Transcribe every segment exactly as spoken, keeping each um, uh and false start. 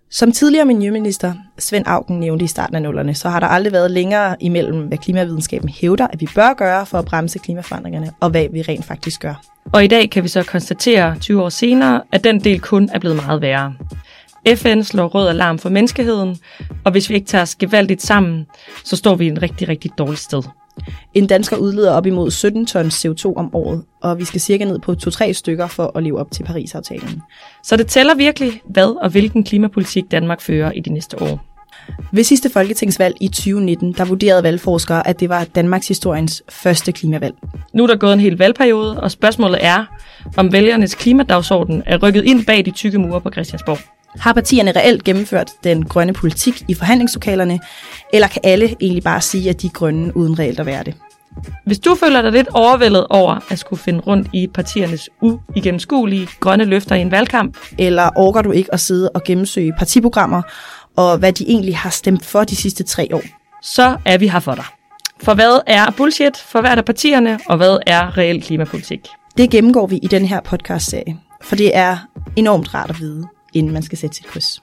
Som tidligere miljøminister Svend Auken nævnte i starten af nullerne, så har der aldrig været længere imellem, hvad klimavidenskaben hævder, at vi bør gøre for at bremse klimaforandringerne, og hvad vi rent faktisk gør. Og i dag kan vi så konstatere tyve år senere, at den del kun er blevet meget værre. F N slår rød alarm for menneskeheden, og hvis vi ikke tager os gevaldigt sammen, så står vi i et rigtig, rigtig dårligt sted. En dansker udleder op imod sytten tons C O to om året, og vi skal cirka ned på to til tre stykker for at leve op til Paris-aftalen. Så det tæller virkelig, hvad og hvilken klimapolitik Danmark fører i de næste år. Ved sidste folketingsvalg i tyve nitten, der vurderede valgforskere, at det var Danmarks historiens første klimavalg. Nu er der gået en hel valgperiode, og spørgsmålet er, om vælgernes klimadagsorden er rykket ind bag de tykke mure på Christiansborg. Har partierne reelt gennemført den grønne politik i forhandlingslokalerne, eller kan alle egentlig bare sige, at de er grønne uden reelt at være det? Hvis du føler dig lidt overvældet over at skulle finde rundt i partiernes uigennemskuelige grønne løfter i en valgkamp, eller orker du ikke at sidde og gennemsøge partiprogrammer, og hvad de egentlig har stemt for de sidste tre år, så er vi her for dig. For hvad er bullshit for hvert af partierne, og hvad er reel klimapolitik? Det gennemgår vi i den her podcast-serie, for det er enormt rart at vide, inden man skal sætte sit kryds.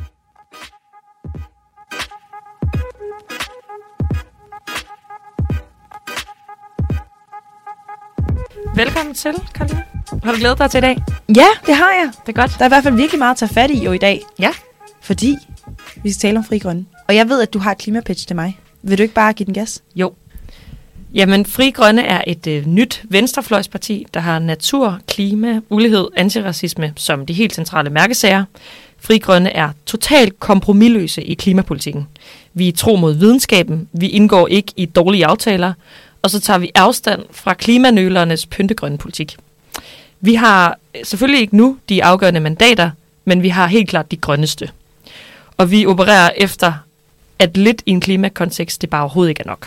Velkommen til, Karoline. Har du glædet dig til i dag? Ja, det har jeg. Det er godt. Der er i hvert fald virkelig meget at tage fat i jo i dag. Ja. Fordi vi skal tale om Frie Grønne. Og jeg ved, at du har et klimapitch til mig. Vil du ikke bare give den gas? Jo. Jamen, Frie Grønne er et øh, nyt venstrefløjsparti, der har natur, klima, ulighed, antiracisme som de helt centrale mærkesager. Frie Grønne er totalt kompromisløse i klimapolitikken. Vi er tro mod videnskaben, vi indgår ikke i dårlige aftaler, og så tager vi afstand fra klimanølernes pyntegrønne politik. Vi har selvfølgelig ikke nu de afgørende mandater, men vi har helt klart de grønneste. Og vi opererer efter, at lidt i en klimakontekst, det bare overhovedet ikke er nok.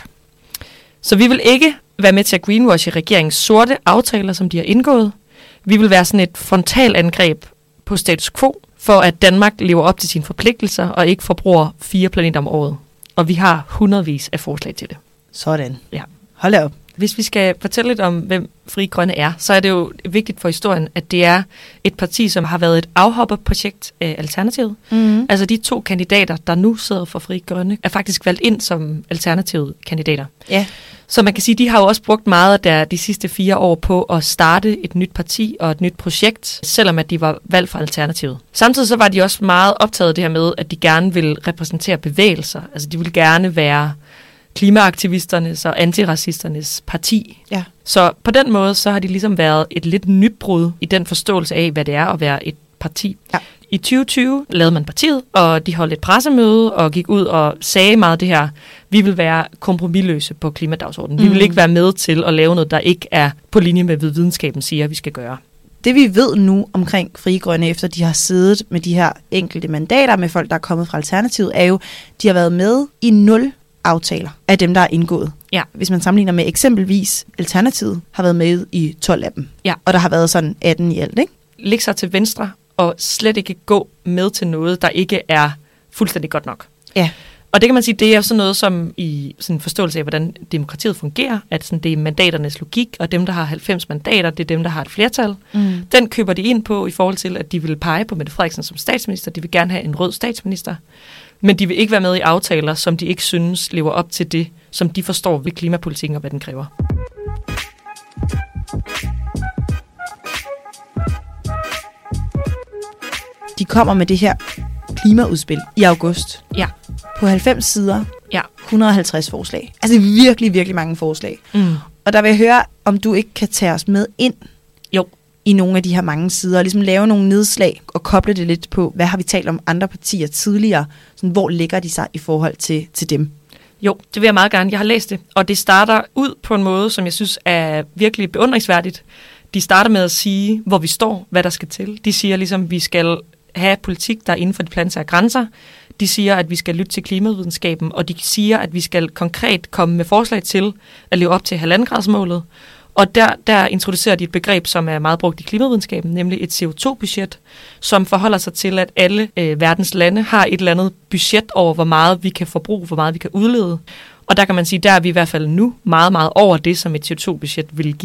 Så vi vil ikke være med til at greenwashe regeringens sorte aftaler, som de har indgået. Vi vil være sådan et frontalangreb på status quo, for at Danmark lever op til sine forpligtelser og ikke forbruger fire planeter om året. Og vi har hundredvis af forslag til det. Sådan. Ja. Hold da op. Hvis vi skal fortælle lidt om, hvem Frie Grønne er, så er det jo vigtigt for historien, at det er et parti, som har været et afhopperprojekt af Alternativet. Mm-hmm. Altså de to kandidater, der nu sidder for Frie Grønne, er faktisk valgt ind som Alternativet kandidater. Ja. Så man kan sige, de har jo også brugt meget af der, de sidste fire år på at starte et nyt parti og et nyt projekt, selvom at de var valgt for Alternativet. Samtidig så var de også meget optaget af det her med, at de gerne vil repræsentere bevægelser. Altså de vil gerne være klimaaktivisternes og antiracisternes parti. Ja. Så på den måde, så har de ligesom været et lidt nybrud i den forståelse af, hvad det er at være et parti. Ja. I tyve tyve lavede man partiet, og de holdt et pressemøde og gik ud og sagde meget det her, vi vil være kompromisløse på klimadagsordenen. Mm. Vi vil ikke være med til at lave noget, der ikke er på linje med, hvad videnskaben siger, vi skal gøre. Det vi ved nu omkring Frie Grønne, efter de har siddet med de her enkelte mandater med folk, der er kommet fra Alternativet, er jo, de har været med i nul aftaler af dem, der er indgået. Ja. Hvis man sammenligner med eksempelvis Alternativet, har været med i tolv af dem. Ja. Og der har været sådan atten i alt, ikke? Læg sig til venstre og slet ikke gå med til noget, der ikke er fuldstændig godt nok. Ja. Og det kan man sige, det er sådan noget som i sådan en forståelse af, hvordan demokratiet fungerer, at sådan, det er mandaternes logik, og dem, der har halvfems mandater, det er dem, der har et flertal. Mm. Den køber de ind på i forhold til, at de vil pege på Mette Frederiksen som statsminister. De vil gerne have en rød statsminister. Men de vil ikke være med i aftaler, som de ikke synes lever op til det, som de forstår ved klimapolitikken og hvad den kræver. De kommer med det her klimaudspil i august. Ja. På halvfems sider. Ja. et hundrede og halvtreds forslag. Altså virkelig, virkelig mange forslag. Mm. Og der vil jeg høre, om du ikke kan tage os med ind jo. i nogle af de her mange sider, og ligesom lave nogle nedslag og koble det lidt på, hvad har vi talt om andre partier tidligere? Sådan, hvor ligger de sig i forhold til, til dem? Jo, det vil jeg meget gerne. Jeg har læst det, og det starter ud på en måde, som jeg synes er virkelig beundringsværdigt. De starter med at sige, hvor vi står, hvad der skal til. De siger ligesom, at vi skal have politik, der er inden for de planetære grænser. De siger, at vi skal lytte til klimavidenskaben, og de siger, at vi skal konkret komme med forslag til at leve op til halvandengradsmålet. Og der, der introducerer de et begreb, som er meget brugt i klimavidenskaben, nemlig et C O to budget, som forholder sig til, at alle øh, verdens lande har et eller andet budget over, hvor meget vi kan forbruge, hvor meget vi kan udlede. Og der kan man sige, der er vi i hvert fald nu meget, meget over det, som et C O to budget vil give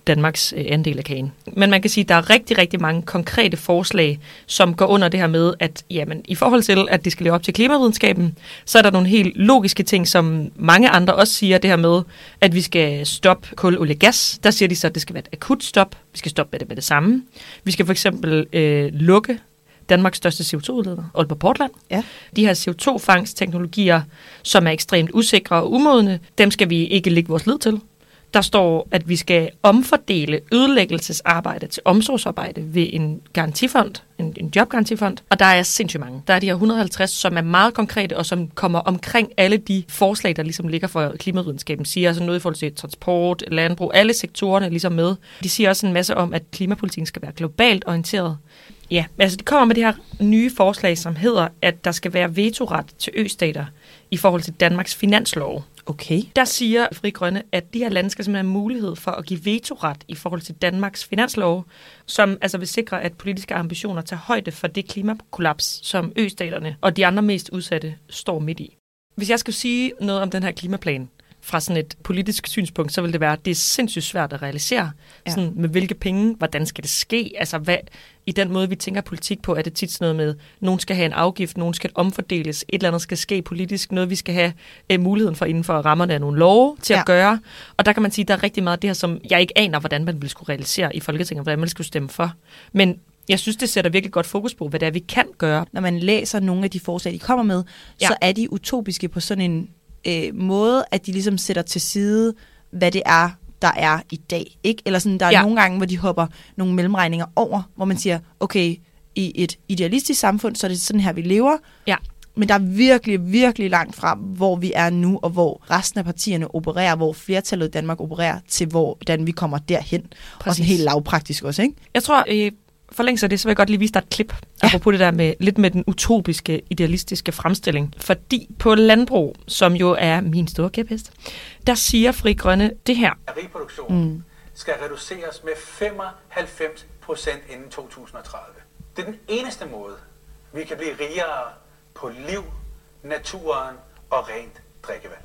Danmarks øh, andel af kagen. Men man kan sige, at der er rigtig, rigtig mange konkrete forslag, som går under det her med, at jamen, i forhold til, at det skal leve op til klimavidenskaben, så er der nogle helt logiske ting, som mange andre også siger, det her med, at vi skal stoppe kul, olie, gas. Der siger de så, at det skal være et akut stop. Vi skal stoppe med det med det samme. Vi skal for eksempel øh, lukke Danmarks største C O to udleder, Aalborg Portland. Ja. De her C O to fangstteknologier, som er ekstremt usikre og umodne, dem skal vi ikke lægge vores lid til. Der står, at vi skal omfordele ødelæggelsesarbejde til omsorgsarbejde ved en garantifond, en, en jobgarantifond. Og der er sindssygt mange. Der er de her et hundrede og halvtreds, som er meget konkrete, og som kommer omkring alle de forslag, der ligesom ligger for klimavidenskaben. Siger altså noget i forhold til transport, landbrug, alle sektorerne ligesom med. De siger også en masse om, at klimapolitikken skal være globalt orienteret. Ja, altså de kommer med det her nye forslag, som hedder, at der skal være vetoret til østater i forhold til Danmarks finanslov. Okay. Der siger Frie Grønne, at de her lande skal simpelthen have mulighed for at give vetoret i forhold til Danmarks finanslov, som altså vil sikre, at politiske ambitioner tager højde for det klimakollaps, som østaterne og de andre mest udsatte står midt i. Hvis jeg skal sige noget om den her klimaplan fra sådan et politisk synspunkt, så vil det være, at det er sindssygt svært at realisere. Ja. Sådan, med hvilke penge, hvordan skal det ske? Altså, hvad, i den måde, vi tænker politik på, er det tit sådan noget med, nogen skal have en afgift, nogen skal omfordeles, et eller andet skal ske politisk, noget vi skal have eh, muligheden for inden for rammerne af nogle love til ja. at gøre. Og der kan man sige, at der er rigtig meget af det her, som jeg ikke aner, hvordan man vil skulle realisere i Folketinget, hvordan man skulle stemme for. Men jeg synes, det sætter virkelig godt fokus på, hvad det er, vi kan gøre. Når man læser nogle af de forslag, de kommer med, ja. så er de utopiske på sådan en øh, måde, at de ligesom sætter til side, hvad det er, der er i dag. Ikke? Eller sådan, der er ja. nogle gange, hvor de hopper nogle mellemregninger over, hvor man siger, okay, i et idealistisk samfund, så er det sådan her, vi lever. Ja. Men der er virkelig, virkelig langt fra, hvor vi er nu, og hvor resten af partierne opererer, hvor flertallet i Danmark opererer, til hvordan vi kommer derhen. Præcis. Og sådan helt lavpraktisk også, ikke? Jeg tror, øh, for længst af det, så vil jeg godt lige vise dig et klip, ja. apropos det der med lidt med den utopiske, idealistiske fremstilling. Fordi på landbrug, som jo er min store kæphest, der siger Frie Grønne det her. Rigproduktionen mm. skal reduceres med femoghalvfems procent inden to tusind og tredive. Det er den eneste måde, vi kan blive rigere på liv, naturen og rent drikkevand.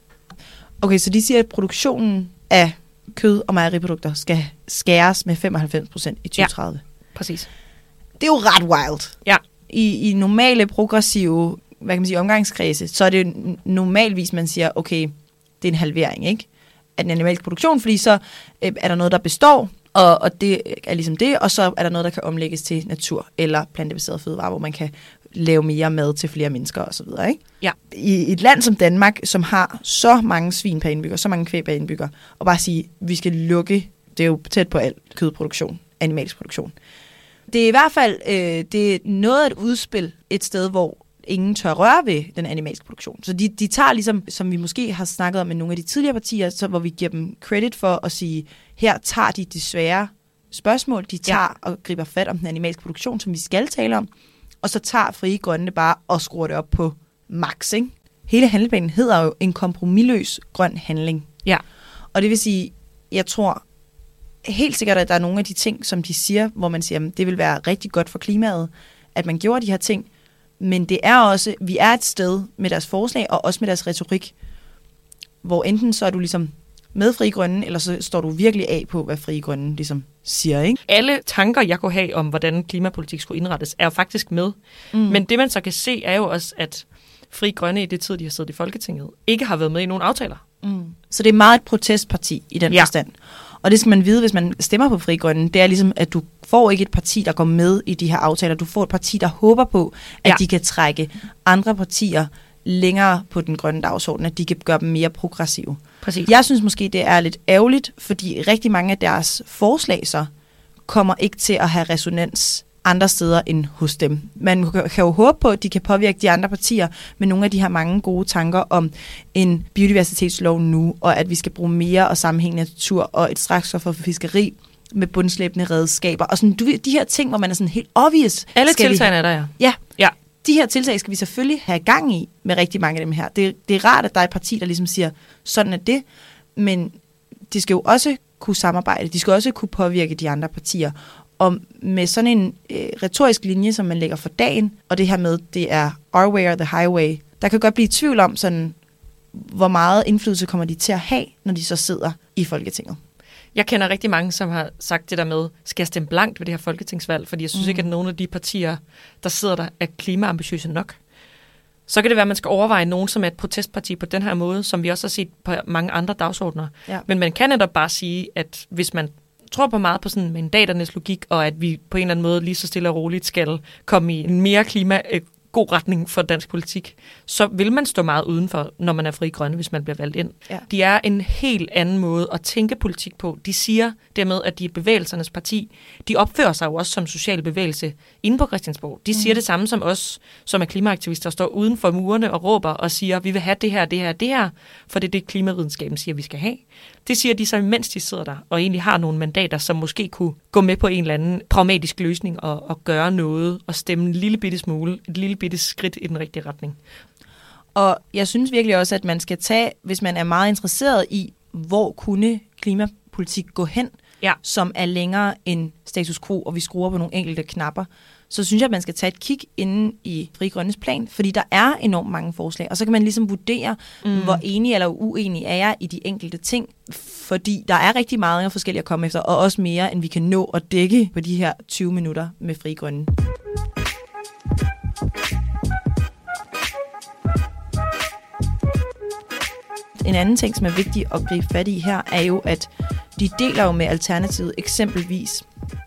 Okay, så de siger, at produktionen af kød og mejeriprodukter skal skæres med femoghalvfems procent i tyve tredive. Ja, præcis. Det er jo ret wild. Ja. I, i normale, progressive, hvad kan man sige, omgangskredse, så er det normalvis, man siger, okay, det er en halvering, ikke? Af den animalske produktion, fordi så øh, er der noget, der består, og, og det er ligesom det, og så er der noget, der kan omlægges til natur eller plantebaseret fødevarer, hvor man kan lave mere mad til flere mennesker og så videre, ikke? Ja. I et land som Danmark, som har så mange svin per indbygger, så mange kvæg per indbygger, og bare sige, vi skal lukke, det er jo tæt på alt kødproduktion, animalsk produktion. Det er i hvert fald øh, det er noget af et udspil et sted, hvor ingen tør røre ved den animalske produktion. Så de, de tager ligesom, som vi måske har snakket om med nogle af de tidligere partier, så hvor vi giver dem credit for at sige, her tager de de svære spørgsmål, de tager ja. og griber fat om den animalske produktion, som vi skal tale om, og så tager Frie Grønne bare og skruer det op på max, ikke? Hele handleplanen hedder jo en kompromisløs grøn handling. Ja. Og det vil sige, jeg tror helt sikkert, at der er nogle af de ting, som de siger, hvor man siger, at det vil være rigtig godt for klimaet, at man gjorde de her ting. Men det er også, vi er et sted med deres forslag, og også med deres retorik, hvor enten så er du ligesom med Frie Grønne, eller så står du virkelig af på, hvad Frie Grønne ligesom siger, ikke? Alle tanker, jeg kunne have om, hvordan klimapolitik skulle indrettes, er jo faktisk med. Mm. Men det, man så kan se, er jo også, at Frie Grønne i det tid, de har siddet i Folketinget, ikke har været med i nogen aftaler. Mm. Så det er meget et protestparti i den ja. forstand. Og det skal man vide, hvis man stemmer på Frie Grønne, det er ligesom, at du får ikke et parti, der går med i de her aftaler. Du får et parti, der håber på, at ja. de kan trække andre partier længere på den grønne dagsorden, at de kan gøre dem mere progressive. Præcis. Jeg synes måske, det er lidt ærgerligt, fordi rigtig mange af deres forslag så kommer ikke til at have resonans andre steder end hos dem. Man kan jo håbe på, at de kan påvirke de andre partier med nogle af de her mange gode tanker om en biodiversitetslov nu, og at vi skal bruge mere og sammenhængende natur og et straksstof for fiskeri med bundslæbende redskaber. Og sådan, du ved, de her ting, hvor man er sådan helt obvious. Alle tiltagene er der, ja. Ja. Ja. De her tiltag skal vi selvfølgelig have gang i med rigtig mange af dem her. Det, det er rart, at der er et parti, der ligesom siger, sådan er det, men de skal jo også kunne samarbejde. De skal også kunne påvirke de andre partier. Og med sådan en øh, retorisk linje, som man lægger for dagen, og det her med, det er our way or the highway, der kan godt blive tvivl om, sådan, hvor meget indflydelse kommer de til at have, når de så sidder i Folketinget. Jeg kender rigtig mange, som har sagt det der med, skal jeg stemme blankt ved det her folketingsvalg, fordi jeg synes mm. ikke, at nogen af de partier, der sidder der, er klimaambitiøse nok. Så kan det være, at man skal overveje nogen, som er et protestparti på den her måde, som vi også har set på mange andre dagsordner. Ja. Men man kan netop bare sige, at hvis man tror på meget på sådan mandaternes logik, og at vi på en eller anden måde lige så stille og roligt skal komme i en mere klima god retning for dansk politik, så vil man stå meget udenfor, når man er Frie Grønne, hvis man bliver valgt ind. Ja. De er en helt anden måde at tænke politik på. De siger dermed, at de er bevægelsernes parti. De opfører sig jo også som social bevægelse inde på Christiansborg. De siger mm. det samme som os, som er klimaaktivister, står uden for murene og råber og siger, vi vil have det her, det her, det her, for det er det, klimavidenskaben siger, vi skal have. Det siger de så, mens de sidder der, og egentlig har nogle mandater, som måske kunne gå med på en eller anden pragmatisk løsning og, og gøre noget, og stemme en lille bitte smule, et lille bitte skridt i den rigtige retning. Og jeg synes virkelig også, at man skal tage, hvis man er meget interesseret i, hvor kunne klimapolitik gå hen, ja. som er længere end status quo, og vi skruer på nogle enkelte knapper, så synes jeg, at man skal tage et kig inde i Frie Grønnes plan, fordi der er enormt mange forslag, og så kan man ligesom vurdere, mm. hvor enig eller uenig er jeg i de enkelte ting, fordi der er rigtig meget forskellige at komme efter, og også mere, end vi kan nå at dække på de her tyve minutter med Frie Grønne. En anden ting, som er vigtig at gribe fat i her, er jo, at de deler jo med Alternativet eksempelvis,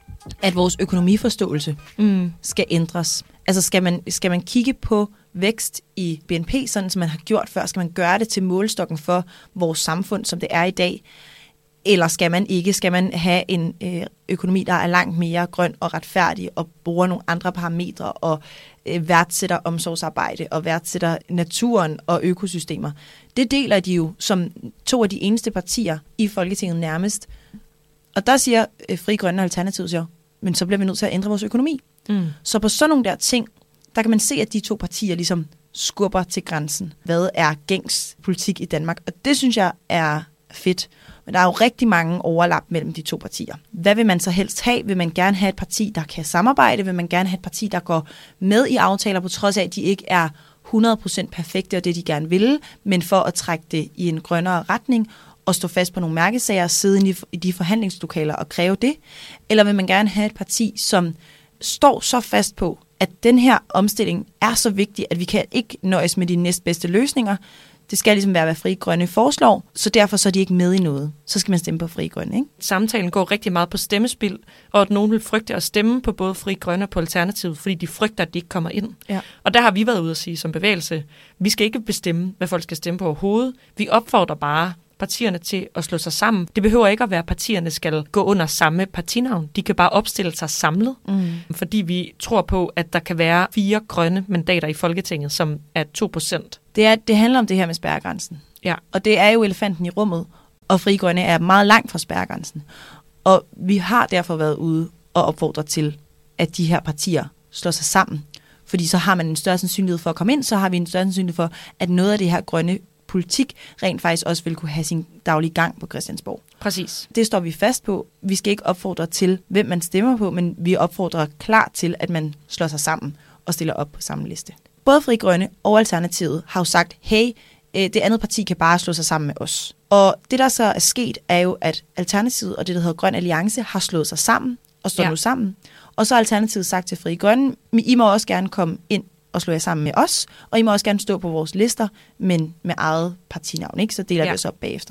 at vores økonomiforståelse mm. skal ændres. Altså skal man, skal man kigge på vækst i B N P, sådan som man har gjort før? Skal man gøre det til målstokken for vores samfund, som det er i dag? Eller skal man ikke? Skal man have en øh, økonomi, der er langt mere grøn og retfærdig, og bruger nogle andre parametre, og øh, værdsætter omsorgsarbejde, og værdsætter naturen og økosystemer? Det deler de jo som to af de eneste partier i Folketinget nærmest. Og der siger øh, Frie Grønne og Alternativet så, men så bliver vi nødt til at ændre vores økonomi. Mm. Så på sådan nogle der ting, der kan man se, at de to partier ligesom skubber til grænsen. Hvad er gængs politik i Danmark? Og det synes jeg er fedt. Men der er jo rigtig mange overlap mellem de to partier. Hvad vil man så helst have? Vil man gerne have et parti, der kan samarbejde? Vil man gerne have et parti, der går med i aftaler, på trods af, at de ikke er hundrede procent perfekte og det, de gerne vil, men for at trække det i en grønnere retning og stå fast på nogle mærkesager, sidde i de forhandlingslokaler og kræve det? Eller vil man gerne have et parti, som står så fast på, at den her omstilling er så vigtig, at vi kan ikke nøjes med de næstbedste løsninger? Det skal ligesom være, hvad Frie Grønne foreslår, så derfor så er de ikke med i noget. Så skal man stemme på Frie Grønne, ikke? Samtalen går rigtig meget på stemmespil, og at nogen vil frygte at stemme på både Frie Grønne og på Alternativet, fordi de frygter, at de ikke kommer ind. Ja. Og der har vi været ude at sige som bevægelse, vi skal ikke bestemme, hvad folk skal stemme på overhovedet. Vi opfordrer bare partierne til at slå sig sammen. Det behøver ikke at være, at partierne skal gå under samme partinavn. De kan bare opstille sig samlet, mm. fordi vi tror på, at der kan være fire grønne mandater i Folketinget, som er to procent. Det, er, det handler om det her med spærregrænsen. Ja. Og det er jo elefanten i rummet, og Frie Grønne er meget langt fra spærregrænsen. Og vi har derfor været ude og opfordre til, at de her partier slår sig sammen. Fordi så har man en større sandsynlighed for at komme ind, så har vi en større sandsynlighed for, at noget af det her grønne politik rent faktisk også vil kunne have sin daglige gang på Christiansborg. Præcis. Det står vi fast på. Vi skal ikke opfordre til, hvem man stemmer på, men vi opfordrer klart til, at man slår sig sammen og stiller op på samme liste. Både Frie Grønne og Alternativet har jo sagt, hey, det andet parti kan bare slå sig sammen med os. Og det, der så er sket, er jo, at Alternativet og det, der hedder Grøn Alliance, har slået sig sammen og står ja. nu sammen. Og så har Alternativet sagt til Frie Grønne, I må også gerne komme ind og slå jer sammen med os, og I må også gerne stå på vores lister, men med eget partinavn, ikke? Så deler ja. vi os op bagefter.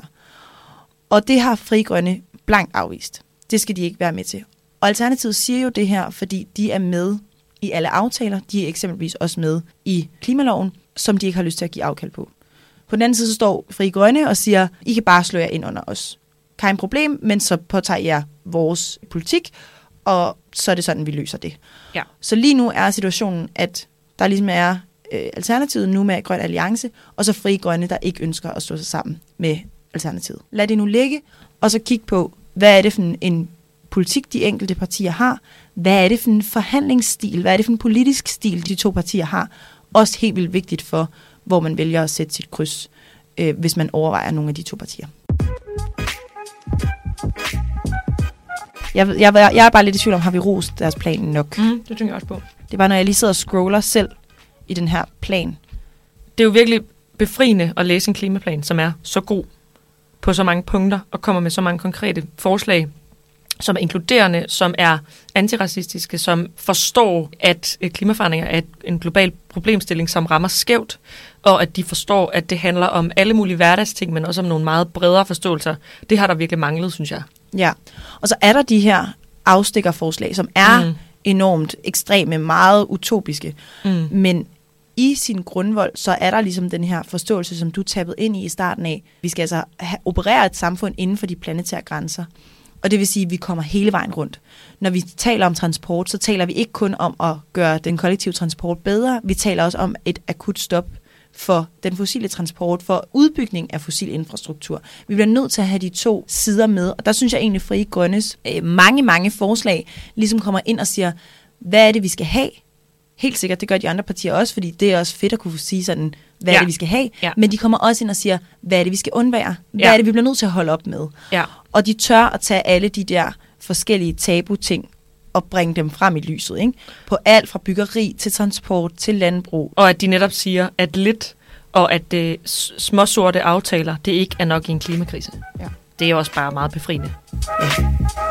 Og det har Frie Grønne blankt afvist. Det skal de ikke være med til. Og Alternativet siger jo det her, fordi de er med i alle aftaler. De er eksempelvis også med i klimaloven, som de ikke har lyst til at give afkald på. På den anden side så står Frie Grønne og siger, I kan bare slå jer ind under os. Kan en problem, men så påtager jer vores politik, og så er det sådan, vi løser det. Ja. Så lige nu er situationen, at der ligesom er øh, Alternativet nu med Grøn Alliance, og så Frie Grønne, der ikke ønsker at slå sig sammen med Alternativet. Lad det nu ligge, og så kig på, hvad er det for en, en politik, de enkelte partier har? Hvad er det for en forhandlingsstil? Hvad er det for en politisk stil, de to partier har? Også helt vildt vigtigt for, hvor man vælger at sætte sit kryds, øh, hvis man overvejer nogle af de to partier. Jeg, jeg, jeg er bare lidt i tvivl om, har vi rost deres plan nok? Mm, det tænker jeg også på. Det er bare, når jeg lige sidder og scroller selv i den her plan. Det er jo virkelig befriende at læse en klimaplan, som er så god. på så mange punkter og kommer med så mange konkrete forslag, som er inkluderende, som er antiracistiske, som forstår, at klimaforandringer er en global problemstilling, som rammer skævt, og at de forstår, at det handler om alle mulige hverdagsting, men også om nogle meget bredere forståelser. Det har der virkelig manglet, synes jeg. Ja, og så er der de her afstikkerforslag, som er mm. enormt ekstreme, meget utopiske, mm. men i sin grundvold, så er der ligesom den her forståelse, som du tappede ind i i starten af. Vi skal altså have, operere et samfund inden for de planetære grænser. Og det vil sige, at vi kommer hele vejen rundt. Når vi taler om transport, så taler vi ikke kun om at gøre den kollektive transport bedre. Vi taler også om et akut stop for den fossile transport, for udbygning af fossil infrastruktur. Vi bliver nødt til at have de to sider med. Og der synes jeg egentlig, Frie Grønnes øh, mange, mange forslag ligesom kommer ind og siger, hvad er det, vi skal have? Helt sikkert, det gør de andre partier også, fordi det er også fedt at kunne sige sådan, hvad ja. er det, vi skal have? Ja. Men de kommer også ind og siger, hvad er det, vi skal undvære? Hvad ja. er det, vi bliver nødt til at holde op med? Ja. Og de tør at tage alle de der forskellige tabu-ting og bringe dem frem i lyset, ikke? På alt fra byggeri til transport til landbrug. Og at de netop siger, at lidt og at det småsorte aftaler, det ikke er nok i en klimakrise. Ja. Det er også bare meget befriende. Ja.